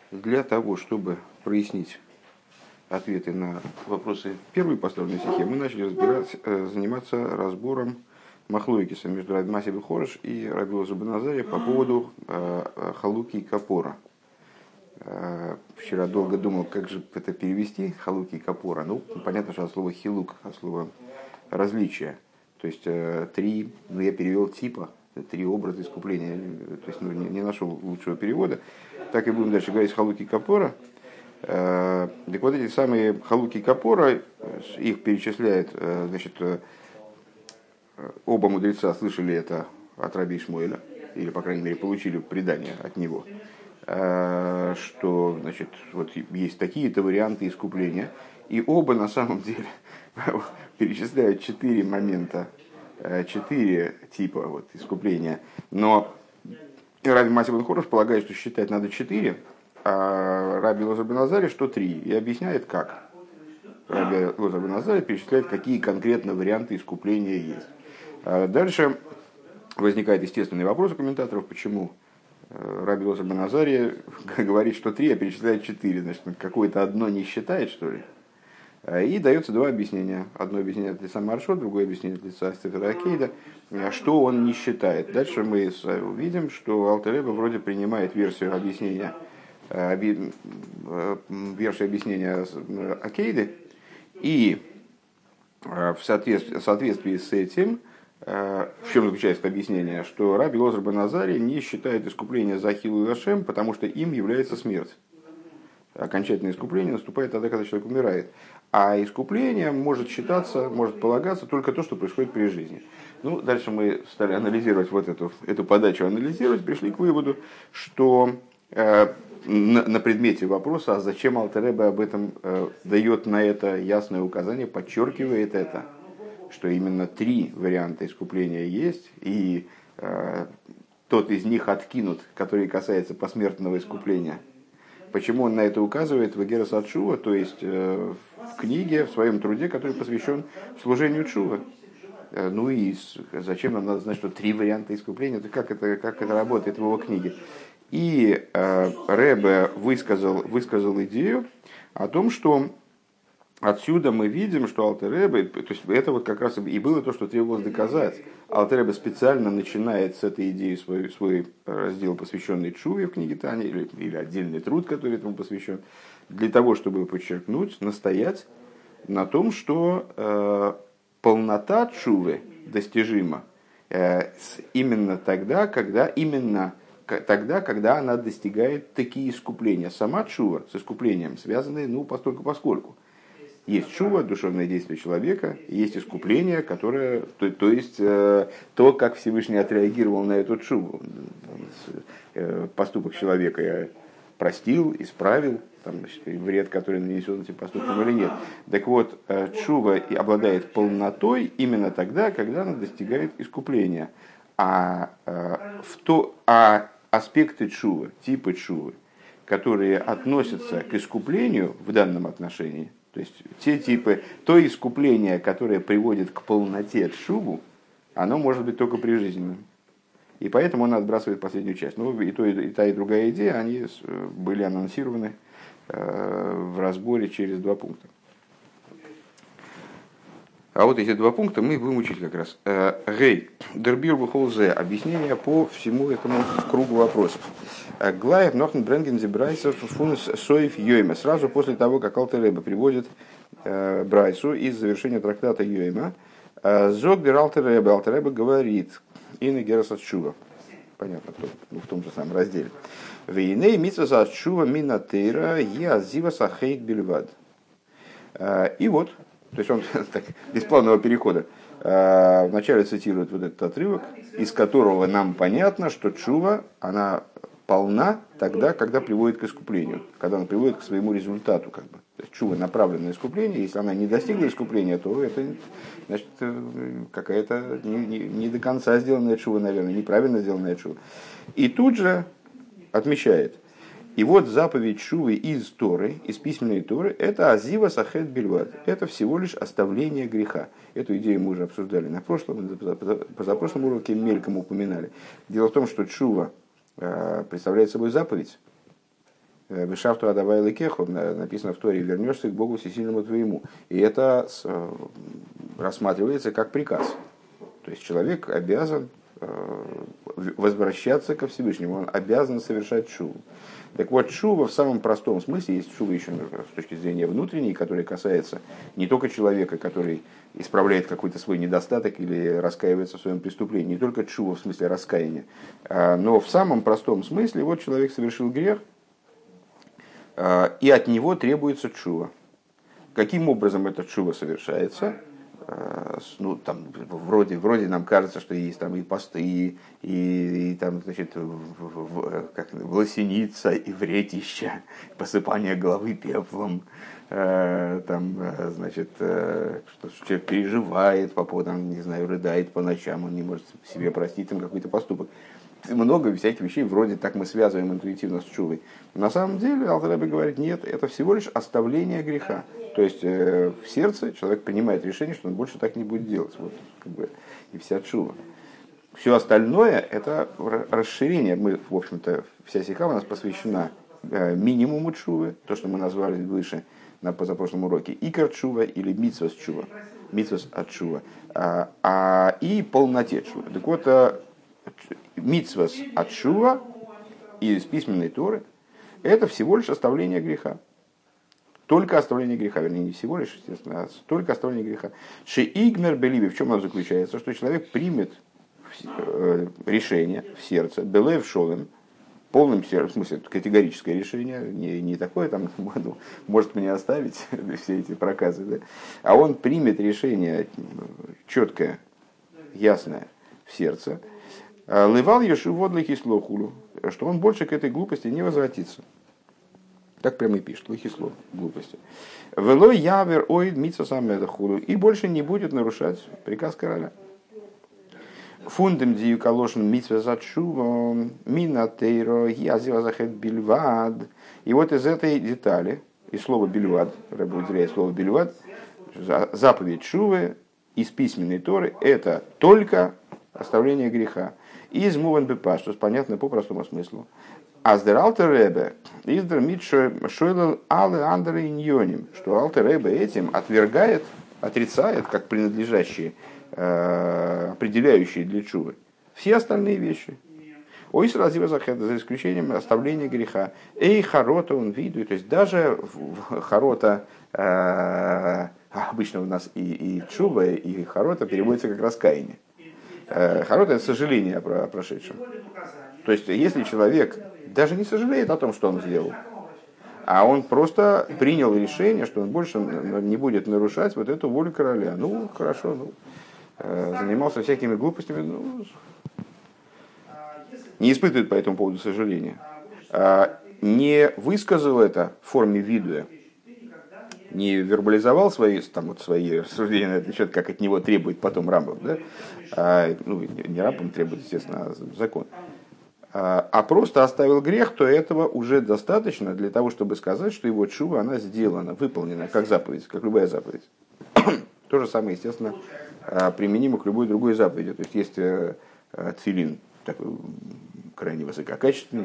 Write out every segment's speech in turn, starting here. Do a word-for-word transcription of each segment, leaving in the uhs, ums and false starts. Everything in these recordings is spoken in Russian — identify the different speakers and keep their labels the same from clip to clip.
Speaker 1: Для того, чтобы прояснить ответы на вопросы первой поставленной стихи, мы начали разбирать, заниматься разбором махлойкиса между Раби Масей бен Хорош и Раби Элиэзер бен Азария по поводу халуки и капора. Вчера долго думал, как же это перевести, халуки и капора. Ну, понятно, что от слова хилук, от слова различия. То есть три, ну я перевел типа, три образа искупления. То есть ну, не, не нашел лучшего перевода. Так и будем дальше говорить халуки и капора. Так вот эти самые халуки и капора, их перечисляет, значит, оба мудреца слышали это от Раби Ишмаэля, или, по крайней мере, получили предание от него, что, значит, вот есть такие-то варианты искупления, и оба на самом деле перечисляют четыре момента, четыре типа вот, искупления, но Раби Масей бен Хорош полагает, что считать надо четыре, а Раби Элиэзер бен Азария, что три, и объясняет как. Раби Элиэзер бен Азария перечисляет, какие конкретно варианты искупления есть. А дальше возникает естественный вопрос у комментаторов, почему Раби Элиэзер бен Азария говорит, что три, а перечисляет четыре, значит, какое-то одно не считает, что ли? И дается два объяснения. Одно объяснение от лица Маршо, другое объяснение от лица Сефера Акейда, что он не считает. Дальше мы увидим, что Алтер Ребе вроде принимает версию объяснения, версию объяснения Акейды, и в соответствии, в соответствии с этим, в чем заключается объяснение, что Раби Элиэзер бен Азария не считает искупление за хилу и ашем, потому что им является смерть. Окончательное искупление наступает тогда, когда человек умирает. А искупление может считаться, может полагаться только то, что происходит при жизни. Ну, дальше мы стали анализировать вот эту, эту подачу, анализировать, пришли к выводу, что э, на, на предмете вопроса, а зачем Алтер Ребе об этом э, дает на это ясное указание, подчеркивает это, что именно три варианта искупления есть, и э, тот из них откинут, который касается посмертного искупления. Почему он на это указывает в Эгерес ат-Шува, то есть э, в книге, в своем труде, который посвящен служению Шува. Э, ну и зачем нам надо знать, что три варианта искупления, как это, как это работает в его книге. И э, Ребе высказал, высказал идею о том, что отсюда мы видим, что Алтер Ребе, то есть это вот как раз и было то, что требовалось доказать. Алтер Ребе специально начинает с этой идеи свой, свой раздел, посвященный Тшуве в книге Тани, или, или отдельный труд, который этому посвящен, для того, чтобы подчеркнуть, настоять на том, что э, полнота Тшувы достижима э, именно тогда, когда именно тогда, когда она достигает такие искупления. Сама Тшува с искуплением связаны, ну, постольку поскольку. Есть чува, душевное действие человека, есть искупление, которое, то, то есть э, то, как Всевышний отреагировал на эту чуву. Э, поступок человека я простил, исправил, там, значит, вред, который нанесен этим поступком или нет. Так вот, э, чува и обладает полнотой именно тогда, когда она достигает искупления. А, э, в то, а аспекты чувы, типы чувы, которые относятся к искуплению в данном отношении, то есть те типы, то искупление, которое приводит к полноте тшуву, оно может быть только прижизненным. И поэтому он отбрасывает последнюю часть. Ну, и, то, и та, и другая идея, они были анонсированы э, в разборе через два пункта. А вот эти два пункта мы будем учить как раз. Гей, дербир бухолзе, объяснение по всему этому кругу вопросов. Глаев нохн бренген зебрайсов фунс соев йойма. Сразу после того, как Алтер Ребе приводит э, Брайсу из завершения трактата Йойма, зог бер Алтер Ребе, Алтер Ребе говорит, и на Эгерес ат-Шува. Понятно, в том же самом разделе. Вейней митсва ат-Шува минатейра еазива сахейт бельвад. И вот, то есть он так, без плавного перехода, э, вначале цитирует вот этот отрывок, из которого нам понятно, что тшува, она полна тогда, когда приводит к искуплению, когда она приводит к своему результату. Как бы. То есть тшува направлена на искупление, если она не достигла искупления, то это значит, какая-то не, не, не до конца сделанная тшува, наверное, неправильно сделанная тшува. И тут же отмечает, и вот заповедь Шувы из Торы, из письменной Торы, это азива сахет бельвад. Это всего лишь оставление греха. Эту идею мы уже обсуждали на прошлом, позапрошлом уроке мельком упоминали. Дело в том, что Шува представляет собой заповедь. Вишафту адавай лекеху, написано в Торе, вернешься к Богу всесильному твоему. И это рассматривается как приказ. То есть человек обязан возвращаться ко Всевышнему, он обязан совершать шуву. Так вот, шува в самом простом смысле, есть шува еще с точки зрения внутренней, которая касается не только человека, который исправляет какой-то свой недостаток или раскаивается в своем преступлении, не только шува в смысле раскаяния, но в самом простом смысле, вот человек совершил грех, и от него требуется шува. Каким образом эта шува совершается? Ну, там, вроде, вроде нам кажется, что есть там и посты, и, и там, значит, в, в, как, власеница, и вретища, посыпание головы пеплом, э, там, значит, э, что человек переживает по поводу, не знаю, рыдает по ночам, он не может себе простить там какой-то поступок. Много всяких вещей, вроде так мы связываем интуитивно с чувой. На самом деле, Алтер Ребе говорит, нет, это всего лишь оставление греха. То есть э, в сердце человек принимает решение, что он больше так не будет делать. Вот, как бы, и вся чува. Все остальное это расширение. Мы, в общем-то, вся сиха у нас посвящена э, минимуму чувы, то, что мы назвали выше на позапрошлом уроке, икар чува или мицвас чува, мицвас от чува, а, а, и полноте чува. Так вот, мицвас от чува из письменной Торы это всего лишь оставление греха. Только оставление греха, вернее, не всего лишь, естественно, а только оставление греха. Ши игмер белиби, в чем оно заключается? Что человек примет решение в сердце, белев шолем, полным сердцем, в смысле, категорическое решение, не, не такое, там, может мне оставить все эти проказы, да? А он примет решение четкое, ясное в сердце, лывал ешу водлых и слохулю, что он больше к этой глупости не возвратится. Так прямо и пишет, лохислов, глупости. Вело явер оид митса самедахулу. И больше не будет нарушать приказ короля. Фундем дию калошен митса зачува мина тейро язивазахет бильвад. И вот из этой детали, из слова бильвад, раб выделяет слово бильвад, заповедь шувы из письменной Торы, это только оставление греха. Из муван бепаш, то есть понятно по простому смыслу. Аздер Алтер Ребе, издер мит шойлел але андер иньоним, что Алтер Ребе этим отвергает, отрицает, как принадлежащие, э, определяющие для чувы, все остальные вещи. Ой, сразу за исключением оставления греха. Эй, харота он виду, то есть даже в харота, э, обычно у нас и, и чува, и харота переводится как раскаяние. Э, харота это сожаление о прошедшем. То есть, если человек даже не сожалеет о том, что он сделал, а он просто принял решение, что он больше не будет нарушать вот эту волю короля. Ну, хорошо, ну, занимался всякими глупостями, ну, не испытывает по этому поводу сожаления. Не высказал это в форме видуя, не вербализовал свои, там, вот, свои рассуждения на этот счет, как от него требует потом Рамбам, да? а, ну, не Рамбам требует, естественно, а закон, а просто оставил грех, то этого уже достаточно для того, чтобы сказать, что его тшува, она сделана, выполнена, как заповедь, как любая заповедь. То же самое, естественно, применимо к любой другой заповеди. То есть есть тфилин, такой крайне высококачественный,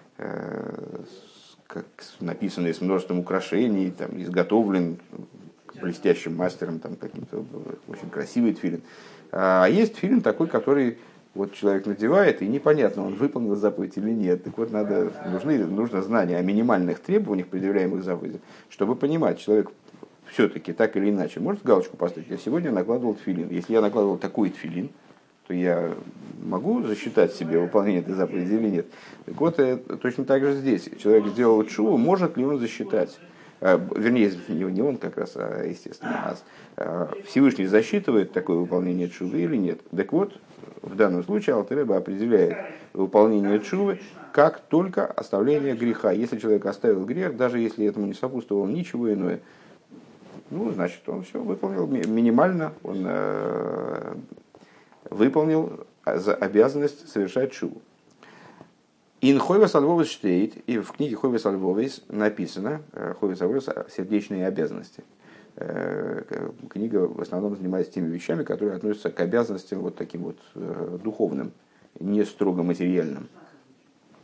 Speaker 1: как написанный с множеством украшений, там, изготовлен блестящим мастером, там, каким-то очень красивый тфилин. А есть тфилин такой, который вот человек надевает, и непонятно, он выполнил заповедь или нет. Так вот, надо, нужны, нужно знание о минимальных требованиях, предъявляемых заповеди, чтобы понимать, человек все-таки так или иначе может галочку поставить. Я сегодня накладывал тфилин. Если я накладывал такой тфилин, то я могу засчитать себе выполнение этой заповеди или нет. Так вот, точно так же здесь. Человек сделал тшуву, может ли он засчитать? Вернее, не он как раз, а естественно, а Всевышний засчитывает такое выполнение тшувы или нет. Так вот, в данном случае Алтер Ребе определяет выполнение тшувы как только оставление греха. Если человек оставил грех, даже если этому не сопутствовало ничего иное, ну, значит, он все выполнил минимально, он э, выполнил обязанность совершать тшуву. Ин Хойвес Альвовес штейт, и в книге Хойвес Альвовес написано, Хойвес Альвовес сердечные обязанности. Книга в основном занимается теми вещами, которые относятся к обязанностям вот таким вот духовным, не строго материальным. В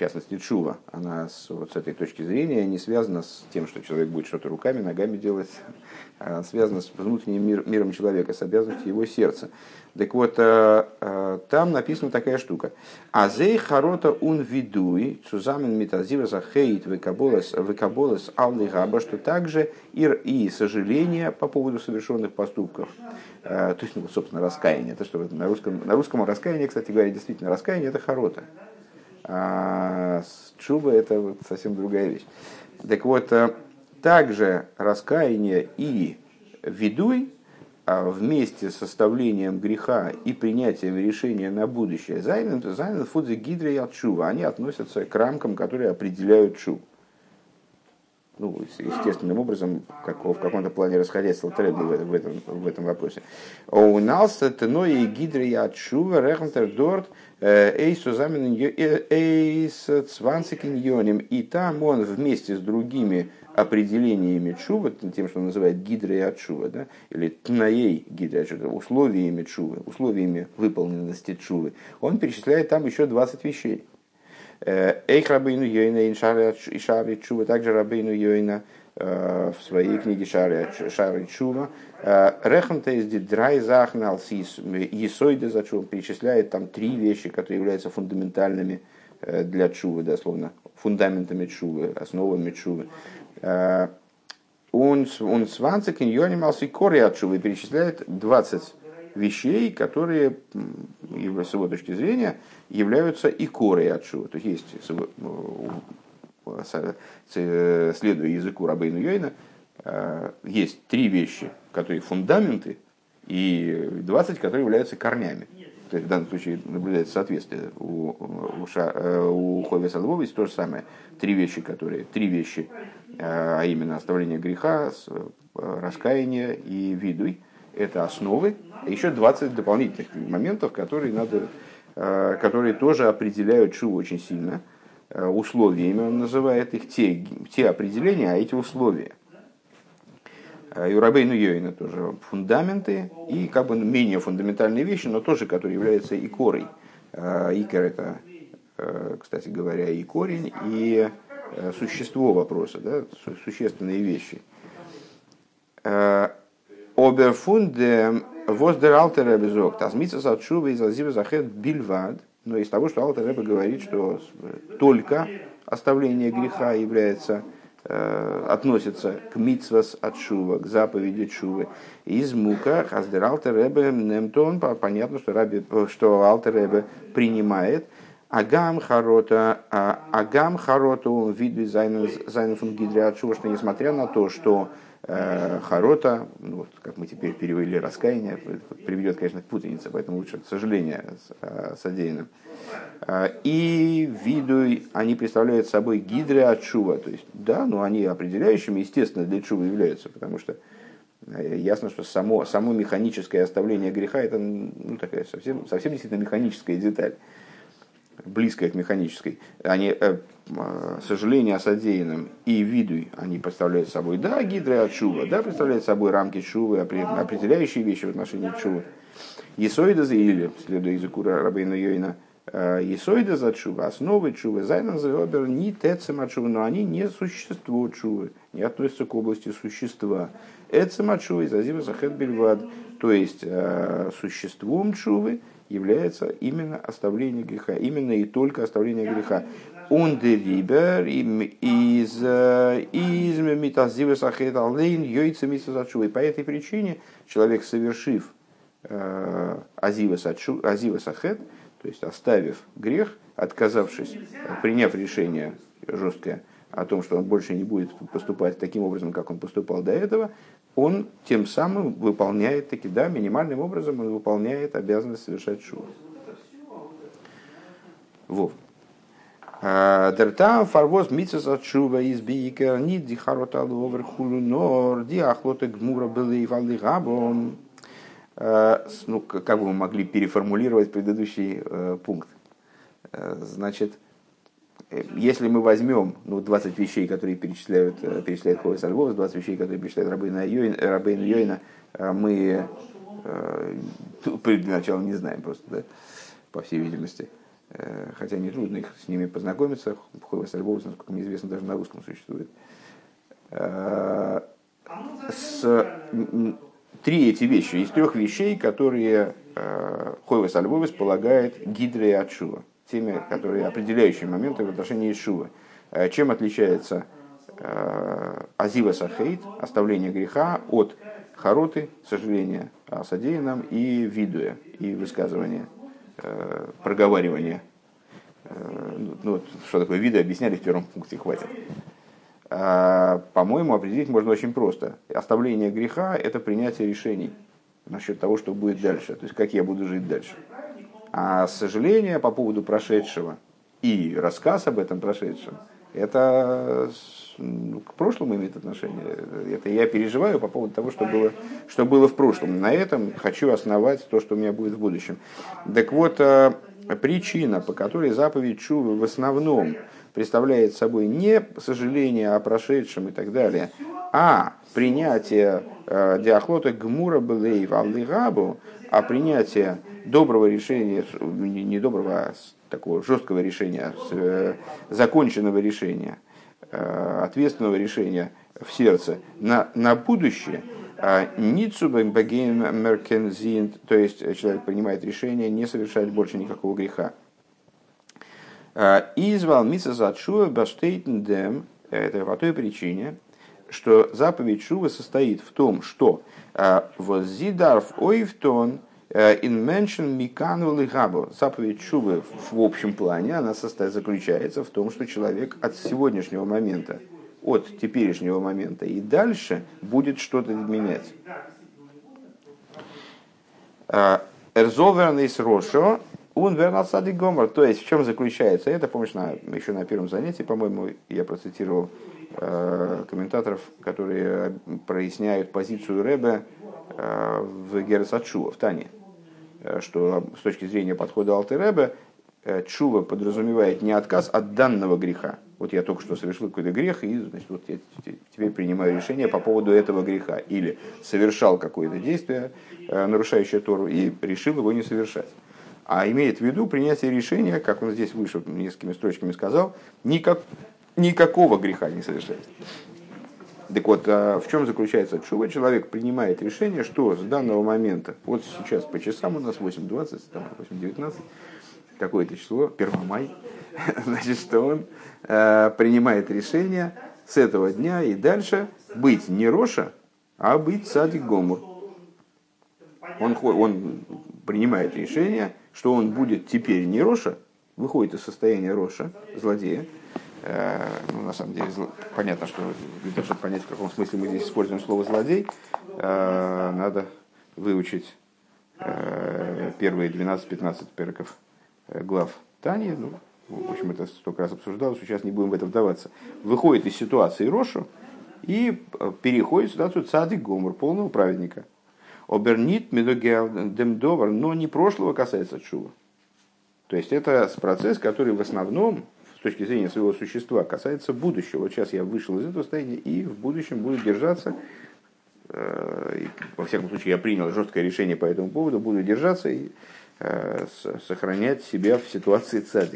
Speaker 1: частности чува, она с, вот с этой точки зрения не связана с тем, что человек будет что-то руками, ногами делать, а связана с внутренним мир, миром человека, с обязанностью его сердца. Так вот, там написана такая штука. Азей харота ун видуй, цузамен метазира захейт векаболес аллигаба, что также и, и сожаление по поводу совершенных поступков. То есть, ну, собственно, раскаяние. Это что на русском, на русском раскаяние, кстати говоря, действительно, раскаяние это харота. А чува это вот совсем другая вещь. Так вот, также раскаяние и видуй вместе с составлением греха и принятием решения на будущее, зайнен фудзе гидре от чува, они относятся к рамкам, которые определяют чуву. Ну, естественным образом, как, в каком-то плане расходясь с Алтеребе в этом, в этом вопросе. У нас это но и гидре от чува рехнтер дорт эйсу замен эйс цванцикиньоним, и там он вместе с другими определениями чува, тем, что он называет гидрой от чува, да, или тнаей гидрой от чува, условиями чувы, условиями выполненности чувы, он перечисляет там еще двадцать вещей. Эйх рабейну йойна и шари чува, также рабейну йойна в своей книге Шари чува, рехнта из дидрай захналс есойда за чува, перечисляет там три вещи, которые являются фундаментальными для чувы, дословно, фундаментами чувы, основами чувы. Он сванцик иньонимался и кори от чувы, перечисляет двадцать вещей, которые, с его точки зрения, являются и корой от чувы. То есть, следуя языку Рабейну Йойна, есть три вещи, которые фундаменты, и двадцать, которые являются корнями. То есть в данном случае наблюдается соответствие у, у, у Ховеса Львович, то же самое. Три вещи, которые, три вещи, а именно оставление греха, раскаяние и видуй, это основы. Еще двадцать дополнительных моментов, которые, надо, которые тоже определяют чуву очень сильно. Условиями он называет их, те, те определения, а эти условия. И у Рабейну Йойна тоже фундаменты и как бы менее фундаментальные вещи, но тоже, которые являются и корой. Икор это, кстати говоря, и корень, и существо вопроса, да, существенные вещи. Оберфунде воздер алтер ребе зогт, азмитсас от шувы из азива захет бильвад, но из того, что алтер ребе говорит, что только оставление греха является, относится к митцвас от шува, к заповеди шувы. Из мука хаздер алтер ребе немтон, понятно, что, раби, что алтер ребе принимает агам харота, агам хароту виду зайнен фун гидре от шува, что несмотря на то, что харота, ну, вот, как мы теперь перевели раскаяние, приведет, конечно, к путанице, поэтому лучше сожаление содеянным. И виду они представляют собой гидры от чува, то есть, да, но они определяющими, естественно, для чува являются, потому что ясно, что само, само механическое оставление греха это, ну, такая совсем, совсем действительно механическая деталь, близкая к механической. Они, э, сожаление о содеянном и виду они представляют собой, да, гидры от чува, да, представляют собой рамки чувы, определяющие вещи в отношении чувы. Есоида за или, следуя языку Рабейну Йойна, есоида за чува, основы чувы, зайнан за обер не тецем от чувы, но они не существо чувы, не относятся к области существа. Эцем от чувы, зазива захет бельвад, то есть существом чувы является именно оставление греха, именно и только оставление греха. Он дерибер из из митазива сахет алейн йойца митазачува. И по этой причине человек, совершив азива сахет, то есть оставив грех, отказавшись, приняв решение жесткое о том, что он больше не будет поступать таким образом, как он поступал до этого, он тем самым выполняет, таки, да, минимальным образом он выполняет обязанность совершать шуву. Вов. Дертам фарвоз митцвас от шува из биикер нит ди харота ловер хулунор ди ахлота гмура были валдигабом. Ну, как бы мы могли переформулировать предыдущий пункт? Значит, если мы возьмем, ну, двадцать вещей, которые перечисляют, перечисляет Ховес Альвовс, двадцать вещей, которые перечисляет Рабейну Йойна, мы для начала не знаем просто, да, по всей видимости. хотя нетрудно их с ними познакомиться. Хойвас альбовец, насколько мне известно, даже на русском существует. С, три эти вещи, из трех вещей, которые Хойвас альбовец полагает гидрой от шува, теми, которые определяющие моменты в отношении шува. Чем отличается азива сахейт, оставление греха, от хароты, сожаления о содеянном, и видуя, и высказывания, проговаривания. Ну, что такое виды, объясняли в первом пункте, хватит. По-моему, определить можно очень просто. Оставление греха – это принятие решений насчет того, что будет дальше, то есть как я буду жить дальше. А сожаление по поводу прошедшего и рассказ об этом прошедшем – это к прошлому имеет отношение. Это я переживаю по поводу того, что было, что было в прошлом. На этом хочу основать то, что у меня будет в будущем. Так вот, причина, по которой заповедь Тшувы в основном представляет собой не сожаление о прошедшем и так далее, а принятие диахлота гмура белейв аллигабу, а принятие доброго решения, не доброго, а такого жесткого решения, законченного решения, ответственного решения в сердце на, на будущее, ницубэм багейм меркензин, то есть человек принимает решение не совершать больше никакого греха. Извал митцва за тшува баштейтен дем, это по той причине, что заповедь шува состоит в том, что воззидарф ойфтон инменшен микану лигабо. Заповедь шувы в общем плане она состоит, заключается в том, что человек от сегодняшнего момента, от теперешнего момента и дальше будет что-то менять. Эрзовернис рошо он вернал садик гомор. То есть в чем заключается это? Помнишь, на, еще на первом занятии, по-моему, я процитировал э, комментаторов, которые проясняют позицию Ребе э, в Герес ат-Шува, в Тане, что с точки зрения подхода Алтер Ребе Тшува подразумевает не отказ от данного греха. Вот я только что совершил какой-то грех, и значит, вот я теперь принимаю решение по поводу этого греха. Или совершал какое-то действие, нарушающее Тору, и решил его не совершать. А имеет в виду принятие решения, как он здесь выше несколькими строчками сказал, никак, никакого греха не совершать. Так вот, в чем заключается тшува? Человек принимает решение, что с данного момента, вот сейчас по часам у нас восемь двадцать, восемь девятнадцать, какое-то число, первое мая, значит, что он э, принимает решение с этого дня и дальше быть не Роша, а быть Цадик Гомур. Он, он принимает решение, что он будет теперь не Роша, выходит из состояния Роша, злодея. Э, ну, на самом деле, зло... понятно, что для того, чтобы понять, в каком смысле мы здесь используем слово «злодей», э, надо выучить э, первые двенадцать-пятнадцать перков глав Тани, ну, в общем, это столько раз обсуждалось, сейчас не будем в это вдаваться, выходит из ситуации Рошу и переходит в ситуацию Цадик Гомур, полного праведника. Обернит медогеалдемдовар, но не прошлого касается тшува. То есть это процесс, который в основном, с точки зрения своего существа, касается будущего. Вот сейчас я вышел из этого состояния и в будущем буду держаться, э, во всяком случае я принял жесткое решение по этому поводу, буду держаться и сохранять себя в ситуации цадик.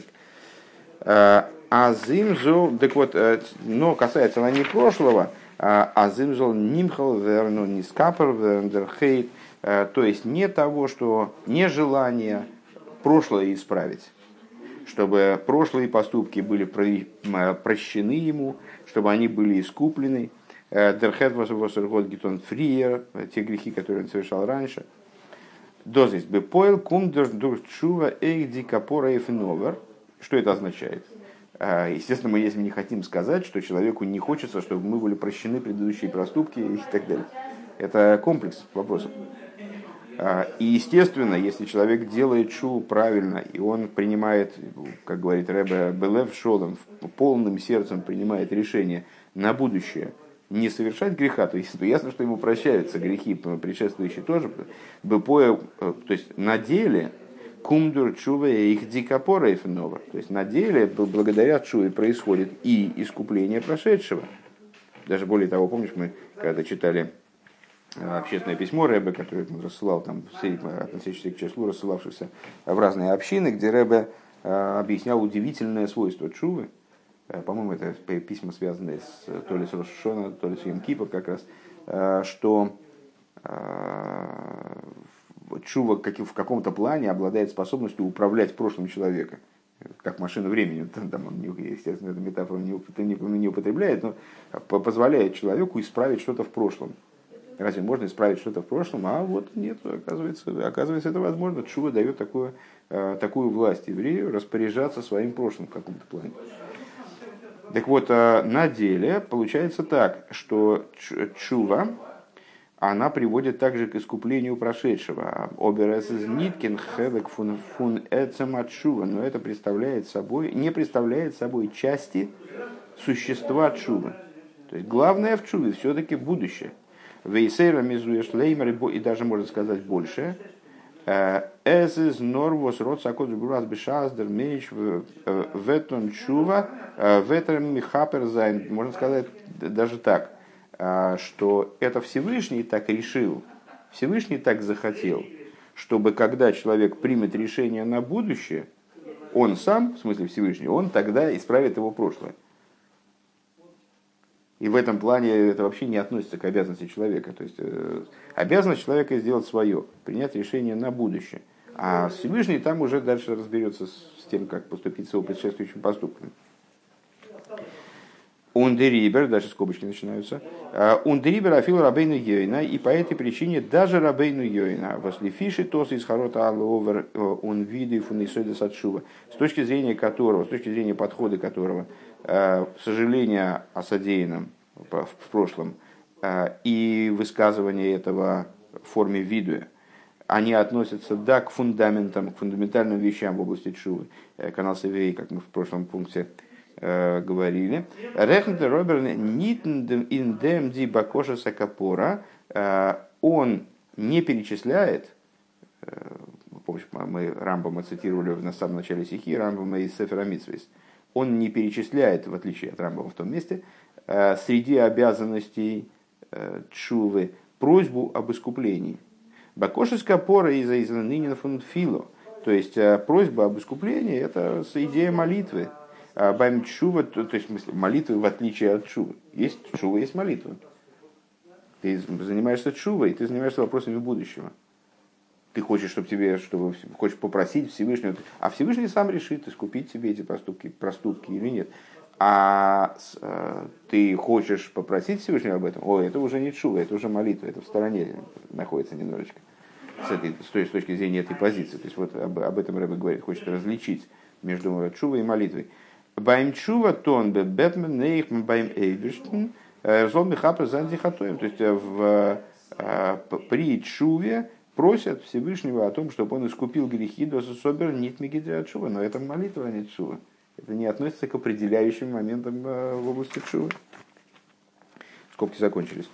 Speaker 1: Азимзол, так вот, но касается она не прошлого, азимзол нимхал верну нискапер верндерхейт, то есть не того, что не желание прошлое исправить, чтобы прошлые поступки были прощены ему, чтобы они были искуплены, дерхет восергот гитон фриер, те грехи, которые он совершал раньше. Дозис бепоэл кумдер дурчува эйди капора эфиновер. Что это означает? Естественно, мы если не хотим сказать, что человеку не хочется, чтобы мы были прощены предыдущие проступки и так далее. Это комплекс вопросов. И естественно, если человек делает шу правильно, и он принимает, как говорит Ребе Белев Шолом, полным сердцем принимает решение на будущее не совершать греха, то есть то ясно, что ему прощаются грехи предшествующие тоже. То есть на деле кумдур чуве их дикапора и фенова. То есть на деле благодаря чуве происходит и искупление прошедшего. Даже более того, помнишь, мы когда читали общественное письмо Ребе, которое он рассылал, там, относящееся к числу рассылавшихся в разные общины, где Ребе объяснял удивительное свойство чувы. По-моему, это письма, связанные с, то ли с Рош ха-Шана, то ли с Йом Кипур как раз, что чува в каком-то плане обладает способностью управлять прошлым человека, как машина времени. Там он, естественно, эту метафору не употребляет, но позволяет человеку исправить что-то в прошлом. Разве можно исправить что-то в прошлом? А вот нет, оказывается, оказывается это возможно. Чува дает такую, такую власть еврею распоряжаться своим прошлым в каком-то плане. Так вот, на деле получается так, что чува, она приводит также к искуплению прошедшего. Оберес из ниткин хелек фун фун эцем от чува, но это представляет собой, не представляет собой части существа чувы. То есть главное в чуве все-таки будущее. Вейсейра мизуеш леймер, и даже можно сказать больше. Эз из норвос род сакот бурас бешаздер меч ветон чува ветрем михапер зайн. Можно сказать даже так, что это Всевышний так решил, Всевышний так захотел, чтобы когда человек примет решение на будущее, он сам, в смысле Всевышний, он тогда исправит его прошлое. И в этом плане это вообще не относится к обязанности человека. То есть обязанность человека сделать свое, принять решение на будущее. А Всевышний там уже дальше разберется с тем, как поступить с его предшествующими поступками. Ундерибер, дальше скобочки начинаются. Ундерибер афил рабейну йойна, и по этой причине даже рабейну йойна после фиши тос из харота аловер он виды фунисойда садшува, с точки зрения которого, с точки зрения подхода которого, сожаление о содеянном в прошлом и высказывание этого в форме видуя, они относятся, да, к фундаментам, к фундаментальным вещам в области чувы. Канал Севей, как мы в прошлом пункте говорили. Рехнте Робер нитндем индем ди бакоша сакапора. Он не перечисляет, помнишь, мы Рамбама цитировали в самом начале стихи, Рамбама из Сефера Мицвис. Он не перечисляет, в отличие от Рамбама в том месте, среди обязанностей чувы просьбу об искуплении. Бакоша сакапора из-за изранинина фунфило. То есть просьба об искуплении — это идея молитвы. Баим чува, то, то есть в смысле, молитвы в отличие от чувы. Есть чува, есть молитва. Ты занимаешься чувой, ты занимаешься вопросами будущего. Ты хочешь, чтобы тебе, чтобы хочешь попросить Всевышнего, а Всевышний сам решит, искупить тебе эти проступки, проступки или нет. А э, ты хочешь попросить Всевышнего об этом, о, это уже не чува, это уже молитва, это в стороне находится немножечко. С, этой, с, той, с точки зрения этой позиции. То есть вот об, об этом Рэбе говорит, хочет различить между чувой и молитвой. Байм чува тон бе бетмен нейх байм эйбештен зол михапер зандихатоем. То есть в, при чуве просят Всевышнего о том, чтобы он искупил грехи до собер нит мегидра чува. Но это молитва, а не чува. Это не относится к определяющим моментам в области чувы. Скобки закончились.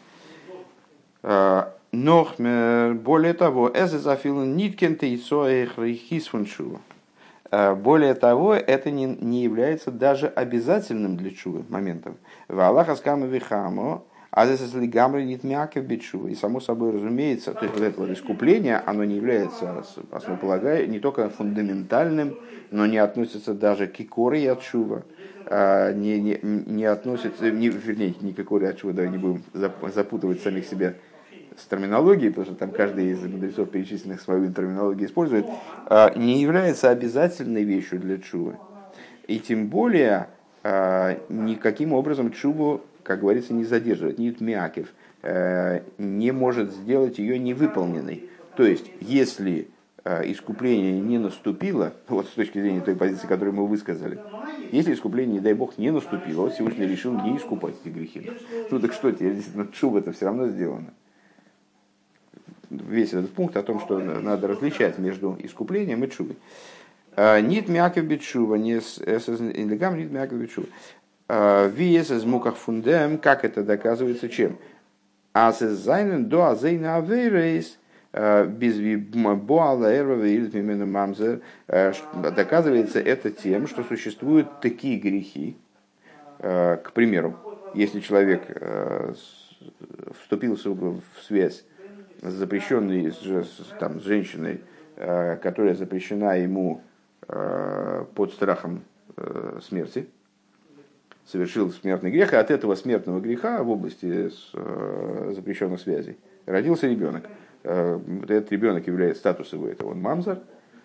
Speaker 1: Но более того, эзе зафил ниткен тейсоэх рейхис фун чува. Более того, это не, не является даже обязательным для чувы моментом. В Аллаха скама вихамо, а здесь гамри нит мяков бечува. И само собой разумеется, то есть вот это вот искупление, оно не является основополагающим, не только фундаментальным, но не относится даже к икоре от чува, не, не, не относится, не, вернее, не к икоре от чува, да, не будем запутывать самих себя с терминологией, потому что там каждый из мудрецов, перечисленных, свою терминологию использует, не является обязательной вещью для чувы. И тем более никаким образом чуву, как говорится, не задерживает, нит мякев, не может сделать ее невыполненной. То есть, если искупление не наступило, вот с точки зрения той позиции, которую мы высказали, если искупление, не дай бог, не наступило, вот Всевышний решил не искупать эти грехи. Ну так что, теперь чува-то все равно сделано. Весь этот пункт о том, что надо различать между искуплением и чувой. Нит мяков бечува, не с инлегам, нит мяков бечува. Виес из муках фундем, как это доказывается чем? А с зайнен до азейна аверейс без боала эрва или именно мамзер. Доказывается это тем, что существуют такие грехи. К примеру, если человек вступил в связь запрещенный с, там, с женщиной, которая запрещена ему под страхом смерти, совершил смертный грех, и от этого смертного греха в области запрещенных связей родился ребенок. Этот ребенок является статус его, это он мамзар.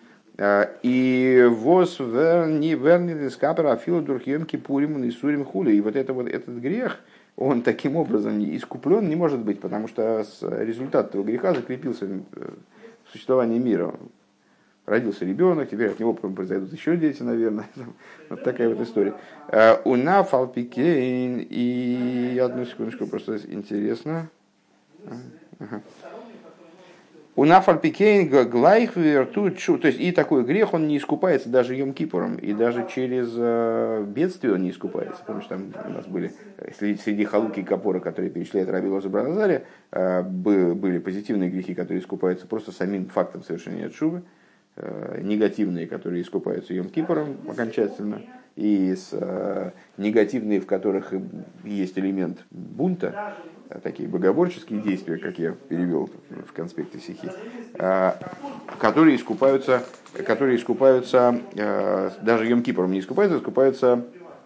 Speaker 1: И воз верни верни скапера афилу дурхием кипурим и сурим хули. И вот, это вот этот грех, он таким образом искуплен не может быть, потому что результат этого греха закрепился в существовании мира. Родился ребенок, теперь от него произойдут еще дети, наверное. Вот такая вот история. У нафалпикейн, и одну секундочку, просто интересно. Ага. У нафальпикейн глайх вертут шу, то есть и такой грех, он не искупается даже Йом-Кипуром, и даже через бедствие он не искупается. Потому что там у нас были среди халуки и капора, которые перечисляет Раби Лоза бен Азария, были позитивные грехи, которые искупаются просто самим фактом совершения тшувы, негативные, которые искупаются Йом-Кипуром окончательно, и с, э, негативные, в которых есть элемент бунта, такие богоборческие действия, как я перевел в конспекте сихи, э, которые искупаются, которые искупаются э, даже Йом-Кипуром не искупаются, искупаются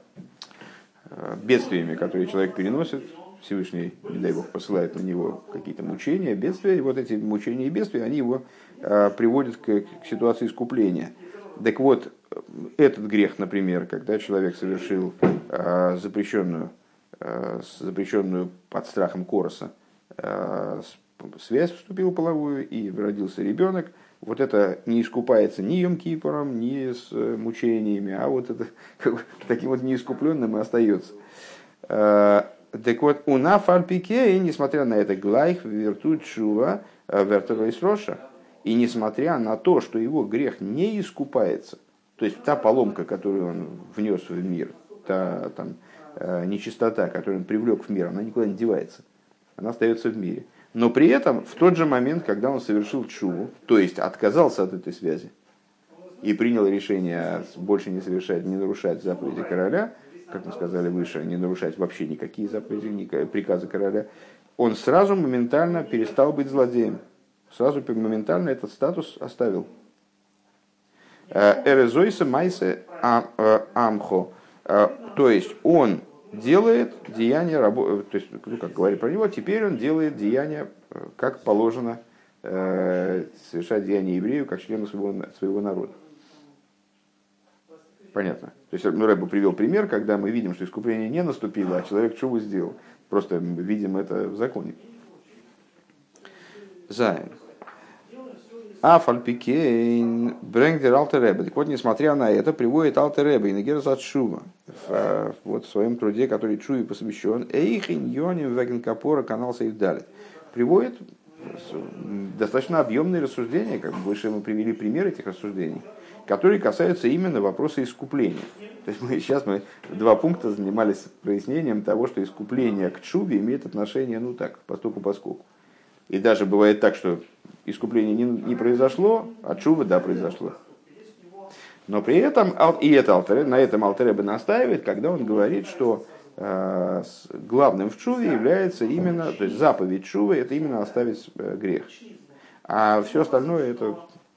Speaker 1: э, бедствиями, которые человек переносит. Всевышний, не дай Бог, посылает на него какие-то мучения, бедствия, и вот эти мучения и бедствия, они его э, приводят к, к ситуации искупления. Так вот, этот грех, например, когда человек совершил э, запрещенную, э, запрещенную под страхом короса э, связь, вступил половую, и родился ребенок, вот это не искупается ни Йом-Кипуром, ни с мучениями, а вот это как, таким вот неискупленным и остается. Э, Так вот, у нафальпике, и несмотря на это, глайх вертут шува вертовайс роша, и несмотря на то, что его грех не искупается, то есть та поломка, которую он внес в мир, та там, нечистота, которую он привлек в мир, она никуда не девается, она остается в мире. Но при этом, в тот же момент, когда он совершил тшуву, то есть отказался от этой связи и принял решение больше не совершать, не нарушать заповеди короля, как мы сказали выше, не нарушать вообще никакие заповеди, никакие приказы короля, он сразу моментально перестал быть злодеем. Сразу моментально этот статус оставил. Эрезойса майсе амхо. То есть он делает деяния, то есть, ну, как говорит про него, теперь он делает деяния, как положено совершать деяния еврею, как члену своего, своего народа. Понятно. То есть, ну, Рэбб привел пример, когда мы видим, что искупление не наступило, а человек чего сделал. Просто видим это в законе. Зайн. Афальпикейн брэнгдер Алтер Ребе. Так вот, несмотря на это, приводит Алтер Ребе и Негерас от Шува в, вот, в своем труде, который Чуве посвящен. Эйхин Йоним Веген Капора канал Сейвдалит. Приводит достаточно объемные рассуждения, как выше мы привели пример этих рассуждений, которые касаются именно вопроса искупления. То есть мы сейчас мы два пункта занимались прояснением того, что искупление к тшуве имеет отношение, ну так, постуку-поскольку. И даже бывает так, что искупление не, не произошло, а тшува, да, произошло. Но при этом, и это Алтер, на этом Алтер Ребе настаивает, когда он говорит, что э, главным в тшуве является именно, то есть заповедь тшувы, это именно оставить э, грех. А все остальное это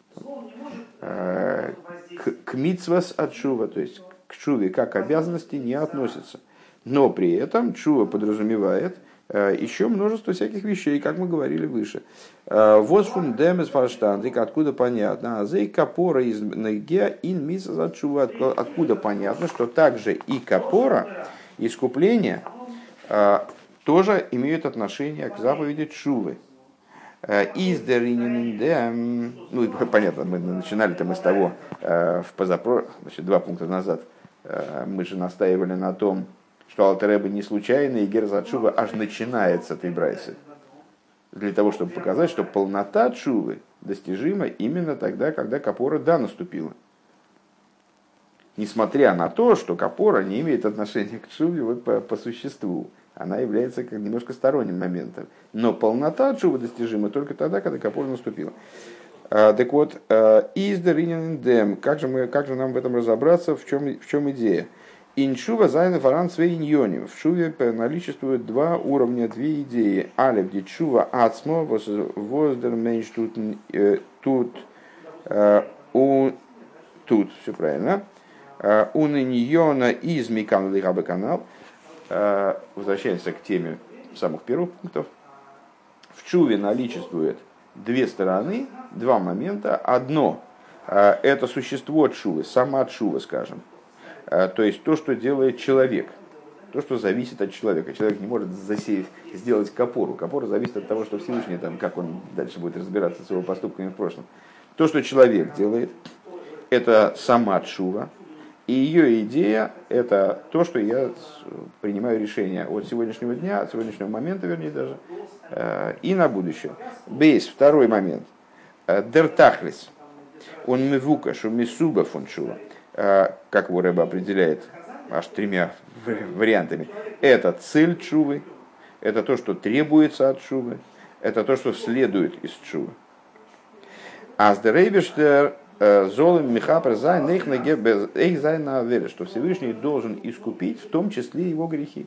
Speaker 1: э, к, к мицвас от тшува, то есть к тшуве как обязанности не относится. Но при этом тшува подразумевает еще множество всяких вещей, как мы говорили выше. Вот фундамент фарштандик, откуда понятно, а зей капора из неге ин мисас от тшува, откуда понятно, что также и капора, искупление, тоже имеют отношение к заповеди тшувы. Из ну, понятно, мы начинали там из того, в позапро, значит, два пункта назад, мы же настаивали на том, что Алтер Ребе не случайно, и Герас от Шувы аж начинается с этой брайсы. Для того, чтобы показать, что полнота тшувы достижима именно тогда, когда капора да наступила. Несмотря на то, что капора не имеет отношения к тшуве вот по, по существу. Она является как немножко сторонним моментом. Но полнота тшувы достижима только тогда, когда капора наступила. А, так вот, издеринендем, как же мы, как же нам в этом разобраться, в чем, в чем идея? Иншува зайна фаран свейньоним. В шуве наличествуют два уровня, две идеи. Алев дичува ацмо воздер меньш тут тут у тут все правильно. У Ниньона из Микан Лихабы канал. Возвращаемся к теме самых первых пунктов. В чуве наличествует две стороны, два момента. Одно – это существо чувы, сама чува, скажем. То есть то, что делает человек. То, что зависит от человека. Человек не может засеять, сделать капору. Капора зависит от того, что Всевышний, там, как он дальше будет разбираться с его поступками в прошлом. То, что человек делает, это сама чува. И ее идея – это то, что я принимаю решение от сегодняшнего дня, от сегодняшнего момента, вернее даже, и на будущее. Бейс, второй момент. Дертахлис. Он мивукаш, он мисуба фон чува. Как его Рэбе определяет, аж тремя вариантами. Это цель чувы, это то, что требуется от чувы, это то, что следует из чувы. Аздерейбештер золым михапр зайн их зайн на вере, что Всевышний должен искупить, в том числе его грехи.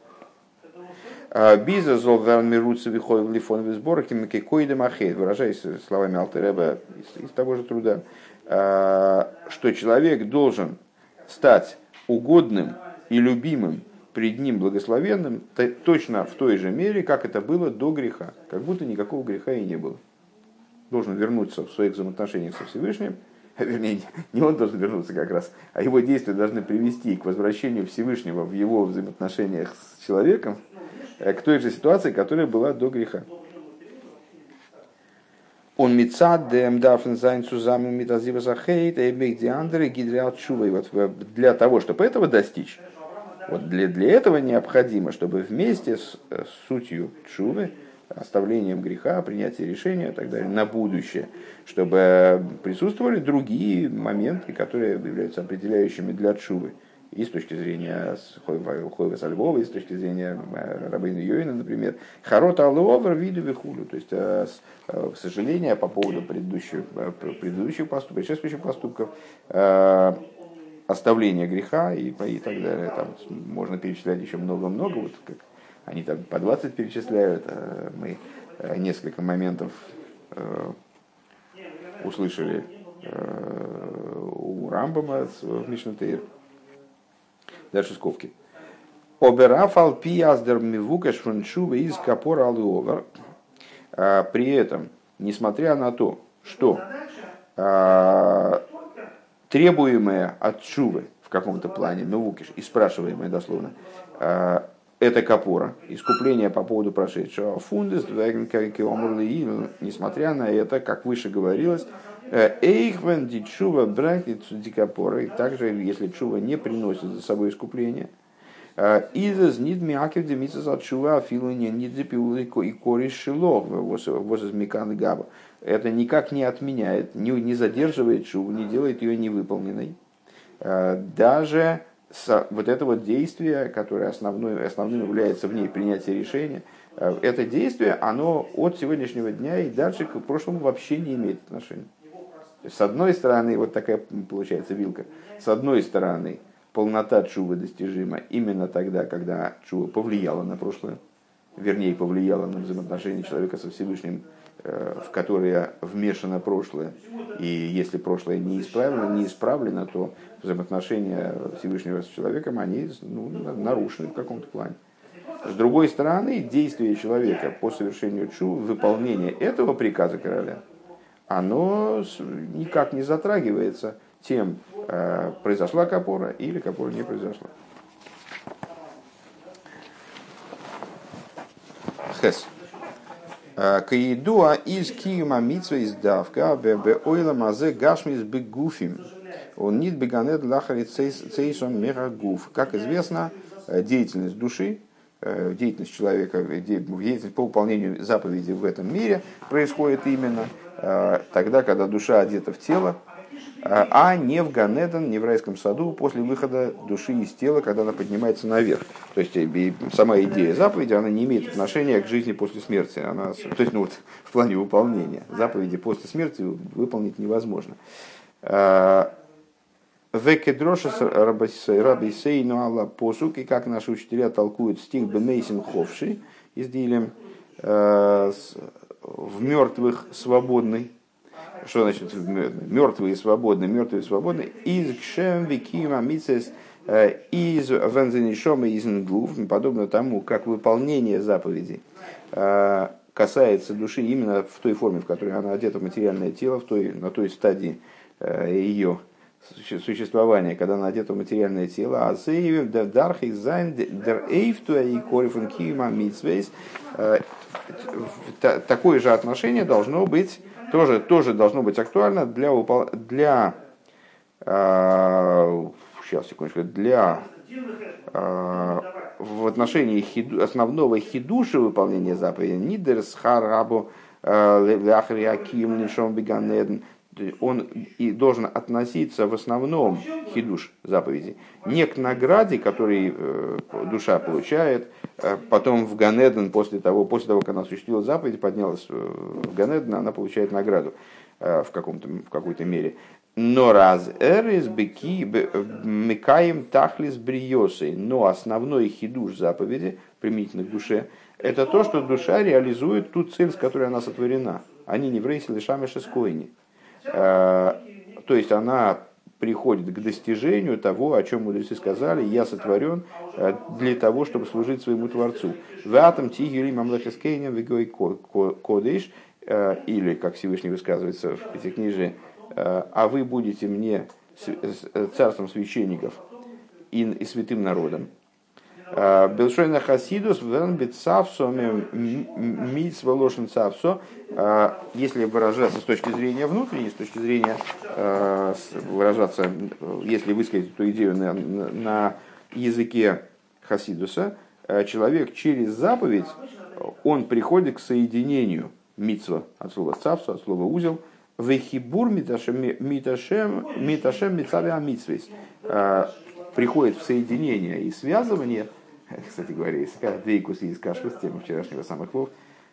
Speaker 1: Биза зол вермируться вихой в лифон в сборке мекекоидем ахейд, выражаясь словами Алтереба из того же труда, что человек должен стать угодным и любимым пред ним благословенным точно в той же мере, как это было до греха, как будто никакого греха и не было. Должен вернуться в своих взаимоотношениях со Всевышним, вернее, не он должен вернуться как раз, а его действия должны привести к возвращению Всевышнего в его взаимоотношениях с человеком к той же ситуации, которая была до греха. Он мицад дем дафн зайн сузаму митазива захейт эбек диандре гидриат чува. И вот для того, чтобы этого достичь, вот для, для этого необходимо, чтобы вместе с, с сутью чувы, оставлением греха, принятием решения и так далее на будущее, чтобы присутствовали другие моменты, которые являются определяющими для чувы. И с точки зрения Хойва Сальвова, и с точки зрения Рабейна Йоина, например, Харота Алловер виду вихулю, то есть сожаление по поводу предыдущих, предыдущих поступков, предшествующих поступков, оставление греха и, и так далее. Там можно перечислять еще много-много, вот как они там по двадцать перечисляют, мы несколько моментов услышали у Рамбама в Мишне Тейр. Дальше скобки. Оберафал пияздер мивукаш фунчува из капора алуовер. При этом, несмотря на то, что требуемое от чувы в каком-то плане, мивукаш, и спрашиваемое дословно, это капора, искупление по поводу прошедшего. Фундес, несмотря на это, как выше говорилось, Эйхвен ди чува брахнит дикапора, и также, если чува не приносит за собой искупление, изаз нидми акев демица за чува афилуне нидзипиулы и кориш шилов возыз микан габа. Это никак не отменяет, не, не задерживает чуву, не делает ее невыполненной. Даже вот это вот действие, которое основной, основным является в ней принятие решения, это действие, оно от сегодняшнего дня и дальше к прошлому вообще не имеет отношения. С одной стороны, вот такая получается вилка, с одной стороны, полнота чувы достижима именно тогда, когда чува повлияла на прошлое, вернее, повлияла на взаимоотношения человека со Всевышним, в которые вмешано прошлое. И если прошлое не исправлено, не исправлено, то взаимоотношения Всевышнего с человеком, они ну, нарушены в каком-то плане. С другой стороны, действие человека по совершению чувы, выполнение этого приказа короля, оно никак не затрагивается тем, произошла капора или капора не произошла. Хес. Каидуа из киюма митсва из давка бе ойла мазе гашмис бегуфим. Он нит беганет лахарит цейсон мегагуф. Как известно, деятельность души, деятельность человека, деятельность по выполнению заповедей в этом мире происходит именно тогда, когда душа одета в тело, а не в Ганеден, не в райском саду, после выхода души из тела, когда она поднимается наверх. То есть сама идея заповеди, она не имеет отношения к жизни после смерти. Она, то есть ну, вот, в плане выполнения заповеди после смерти выполнить невозможно. Векедрошес рабисейну алла посук, и как наши учителя толкуют стих бенейсин ховши, из Дилем, в мертвых свободный. что значит мертвые и свободны, мертвые и свободны, из кшем викима мицес из вензенишома из нглув, подобно тому, как выполнение заповедей касается души именно в той форме, в которой она одета в материальное тело, в той, на той стадии ее существования, когда она одета в материальное тело, а такое же отношение должно быть, тоже, тоже должно быть актуально для, для сейчас, секундочку, для в отношении хиду, основного хидуша выполнения заповеди нидерс харабу ляхриаким нишом биганеден, он и должен относиться в основном хидуш заповеди не к награде, которую душа получает, потом в Ганеден после того, после того, как она осуществила заповедь, поднялась в Ганеден, она получает награду в, каком-то, в какой-то мере. Но раз эрис беки мекаем тахлис бриосой, но основной хидуш заповеди, применительно к душе, это то, что душа реализует ту цель, с которой она сотворена. Они не в рейсе лишаме шескойни. То есть она приходит к достижению того, о чем мудрецы сказали: я сотворен для того, чтобы служить своему Творцу. В этом тигели мамлахискейня вегой кодыш, или, как Всевышний высказывается в Пятикнижии, а вы будете мне царством священников и святым народом. Белшойна хасидус венбитсавсо митсва лошен цавсо. Если выражаться с точки зрения внутренней, с точки зрения выражаться, если высказать эту идею на, на языке хасидуса, человек через заповедь, он приходит к соединению митсва от слова цавсо, от слова узел, вехибур миташем миташем митсавя митсвейс, приходит в соединение и связывание, кстати говоря, двейкус из кашвы, с темы вчерашнего самых слов,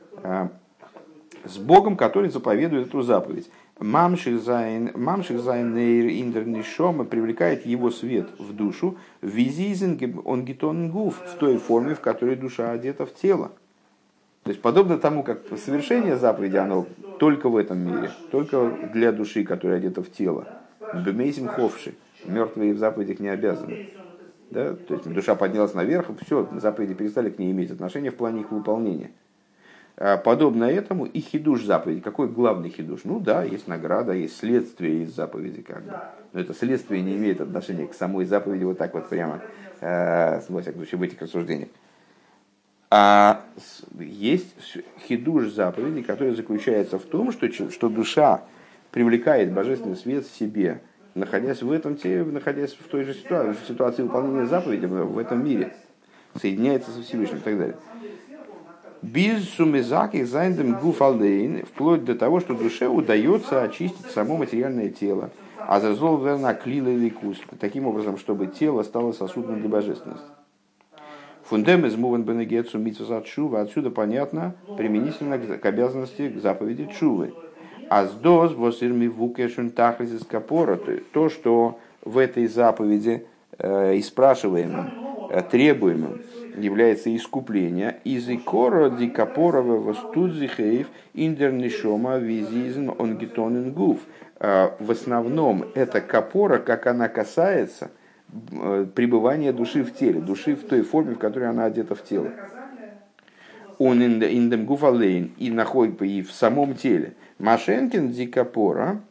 Speaker 1: с Богом, который заповедует эту заповедь. Мамших зайн нейр индернишома привлекает его свет в душу, визизен он гитон гуф, в той форме, в которой душа одета в тело. То есть, подобно тому, как совершение заповеди, оно только в этом мире, только для души, которая одета в тело. Бемейсим ховши. Мертвые в заповедях не обязаны. Да? То есть душа поднялась наверх, и все, заповеди перестали к ней иметь отношение в плане их выполнения. Подобно этому и хидуш заповеди. Какой главный хидуш? Ну да, есть награда, есть следствие из заповеди. Как бы. Но это следствие не имеет отношения к самой заповеди, вот так вот прямо, э, во всяком случае, в этих рассуждениях. А есть хидуш заповеди, который заключается в том, что, что душа привлекает божественный свет в себе, находясь в этом теле, находясь в той же ситуации, в ситуации выполнения заповеди в этом мире, соединяется со Всевышним и так далее. Без сумезаки зайндем гуфалдейн, вплоть до того, что душе удается очистить само материальное тело, а зазол верна клила или кус, таким образом, чтобы тело стало сосудом для божественности. Фундем из муван бенегетсу митсвазат шува, отсюда понятно применительно к обязанности к заповеди чувы. Аздоз восирми вукешун тахлис капора, то, что в этой заповеди э, и спрашиваемым, э, требуемым является искупление из икора ди капорова востудзихеев индернишома визизн онгитонен гуф. В основном это капора, как она касается э, пребывания души в теле, души в той форме, в которой она одета в тело. Он индем гуфалейн и находит и в самом теле. Машенкин ди капора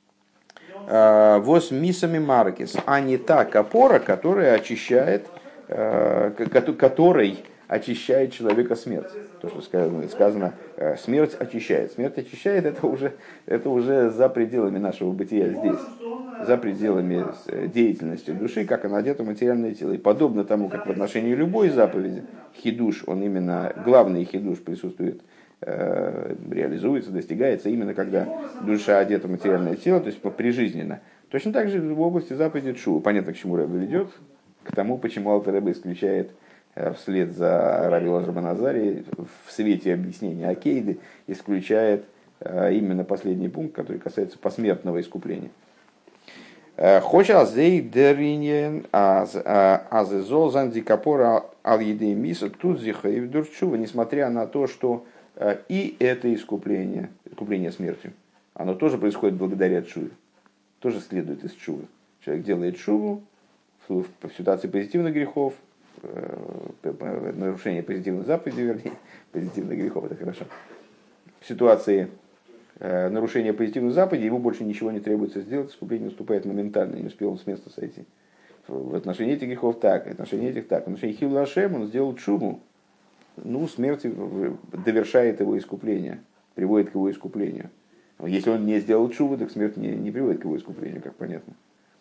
Speaker 1: вос мисами маркис, а не та капора, которая очищает, которой очищает человека смерть. То, что сказано, сказано смерть очищает. Смерть очищает, это уже, это уже за пределами нашего бытия здесь, за пределами деятельности души, как она одета в материальное тело. И подобно тому, как в отношении любой заповеди, хидуш, он именно, главный хидуш присутствует, реализуется, достигается именно когда душа одета в материальное тело, то есть прижизненно. Точно так же в области заповеди Тшува. Понятно, к чему Ребе ведет, к тому, почему Алтер Ребе исключает вслед за Раби Элазар бен Азари в свете объяснения Акейды, исключает именно последний пункт, который касается посмертного искупления. Хоча зей дериньен азезол зандикапора ал-едей миса тут зихаев Чува, несмотря на то, что и это искупление, искупление смертью, оно тоже происходит благодаря чуве. Тоже следует из чувы. Человек делает чуву в, в ситуации позитивных грехов, э, нарушения позитивных заповедей, вернее, позитивных грехов, это хорошо. В ситуации э, нарушения позитивных заповедей ему больше ничего не требуется сделать, искупление наступает моментально, не успел он с места сойти. В отношении этих грехов так, в отношении этих так. В отношении Хилл Ашем он сделал чуву, ну, смерть довершает его искупление, приводит к его искуплению. Если он не сделал чуву, так смерть не, не приводит к его искуплению, как понятно.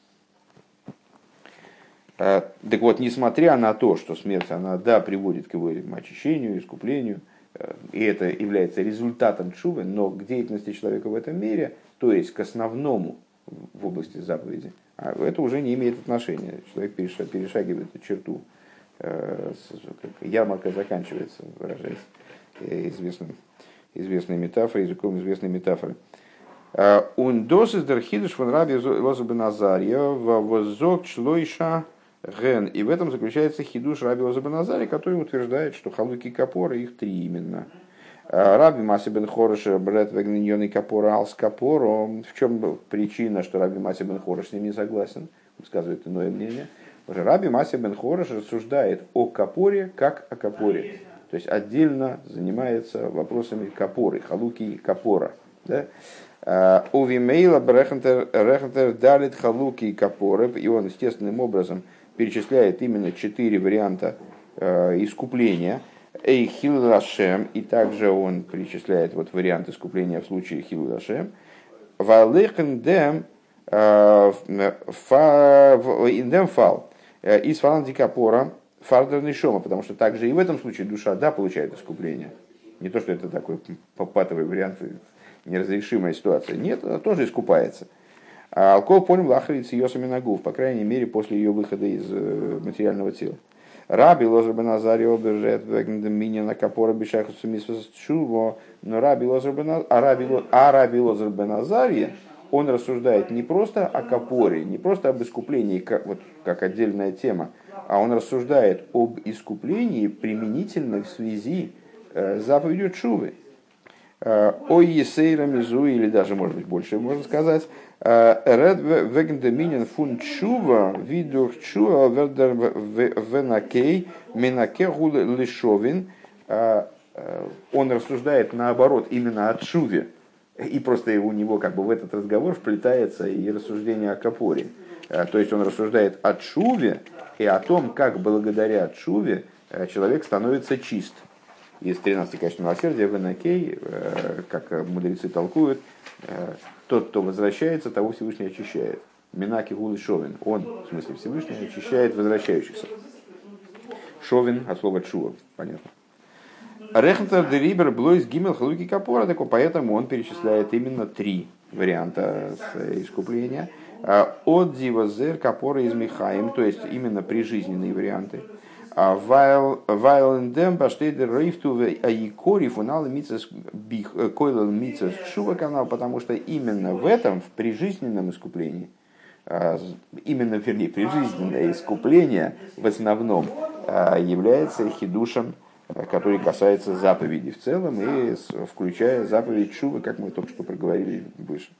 Speaker 1: Так вот, несмотря на то, что смерть, она, да, приводит к его очищению, искуплению, и это является результатом чувы, но к деятельности человека в этом мире, то есть к основному в области заповеди, это уже не имеет отношения. Человек перешагивает эту черту, ярмарка заканчивается, выражаясь известным, известной метафорой, языком известной метафоры. Он досыс дерхидыш фон раби Лоза бен Азария воззок члойша ген. И в этом заключается хидуш раби Лоза бен Азария, который утверждает, что халуки капора, их три именно. Раби Маси бен Хорош брет вегниньоный капора алс капоро. В чем причина, что Раби Маси бен Хорош с ним не согласен? Высказывает иное мнение. Раби Маси бен Хорош рассуждает о капоре как о капоре. То есть отдельно занимается вопросами капоры, халуки капора. Да? Увимейла Брехентер далит халуки капоры, и он естественным образом перечисляет именно четыре варианта искупления. Эй хил лашем, и также он перечисляет вот вариант искупления в случае хил лашем. Валехендем индем фал из фаланди капора фардерный шома, потому что также и в этом случае душа, да, получает искупление. Не то, что это такой патовый вариант, неразрешимая ситуация. Нет, она тоже искупается. А алкоголь понял лахариц ее саминагув, по крайней мере, после ее выхода из материального тела. Раби Лозер бен Азария обержет вегндеминя капора бешаху сумисвас чуво, но Раби Лозер бен Азария, он рассуждает не просто о капоре, не просто об искуплении, как, вот, как отдельная тема, а он рассуждает об искуплении применительно в связи с заповедью чувы. Ой есейра мизу, или даже, может быть, больше можно сказать, ред вегендеминен фун чува, видух чува, вердер венакей, менаке гул лишовин. Он рассуждает наоборот, именно о чуве. И просто у него как бы в этот разговор вплетается и рассуждение о капоре. То есть он рассуждает о чуве и о том, как благодаря чуве человек становится чист. Из тринадцати качеств милосердия в Энакей, как мудрецы толкуют, тот, кто возвращается, того Всевышний очищает. Минаки гулы шовин. Он, в смысле Всевышний, очищает возвращающихся. Шовин от слова чува, понятно. Рехнтер де Рибер Блойс Гимел Халуки Капора, поэтому он перечисляет именно три варианта искупления. От Дивазер Капора из Михаим, то есть именно прижизненные варианты. Вайлендем баштейдер рейфту аикори фунал мицес бих койлел мицес шува канал, потому что именно в этом, в прижизненном искуплении, именно, вернее, прижизненное искупление в основном является хидушем, который касается заповедей в целом, и включая заповедь шувы, как мы только что проговорили выше.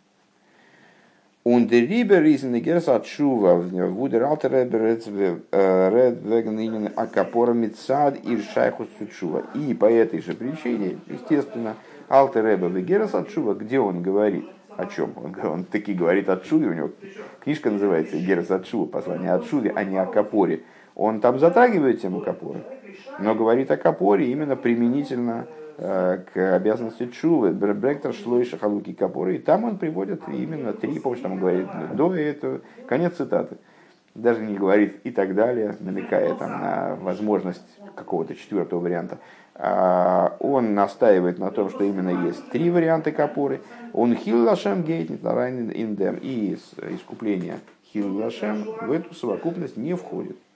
Speaker 1: Und der Rieber ist in der Gersa Tshuva, wo der alte Rebbe red wegen ihnen Akapора Мицад и Шайхус Tshuva. И по этой же причине, естественно, Алтер Ребе в Герса Tshuva, где он говорит о чем? Он, он таки говорит о Тшуве, у него книжка называется Герса Tshuva, послание о Тшуве, а не о Капоре. Он там затрагивает тему Капоры, но говорит о Капоре именно применительно к обязанности чувы, бректор шлойша халуки капоры, и там он приводит именно три, помнишь, там он говорит до этого, конец цитаты, даже не говорит и так далее, намекая там на возможность какого-то четвертого варианта. А он настаивает на том, что именно есть три варианта капоры. Он хил лашем гейтнит на райнин индем, и искупление хил лашем в эту совокупность не входит.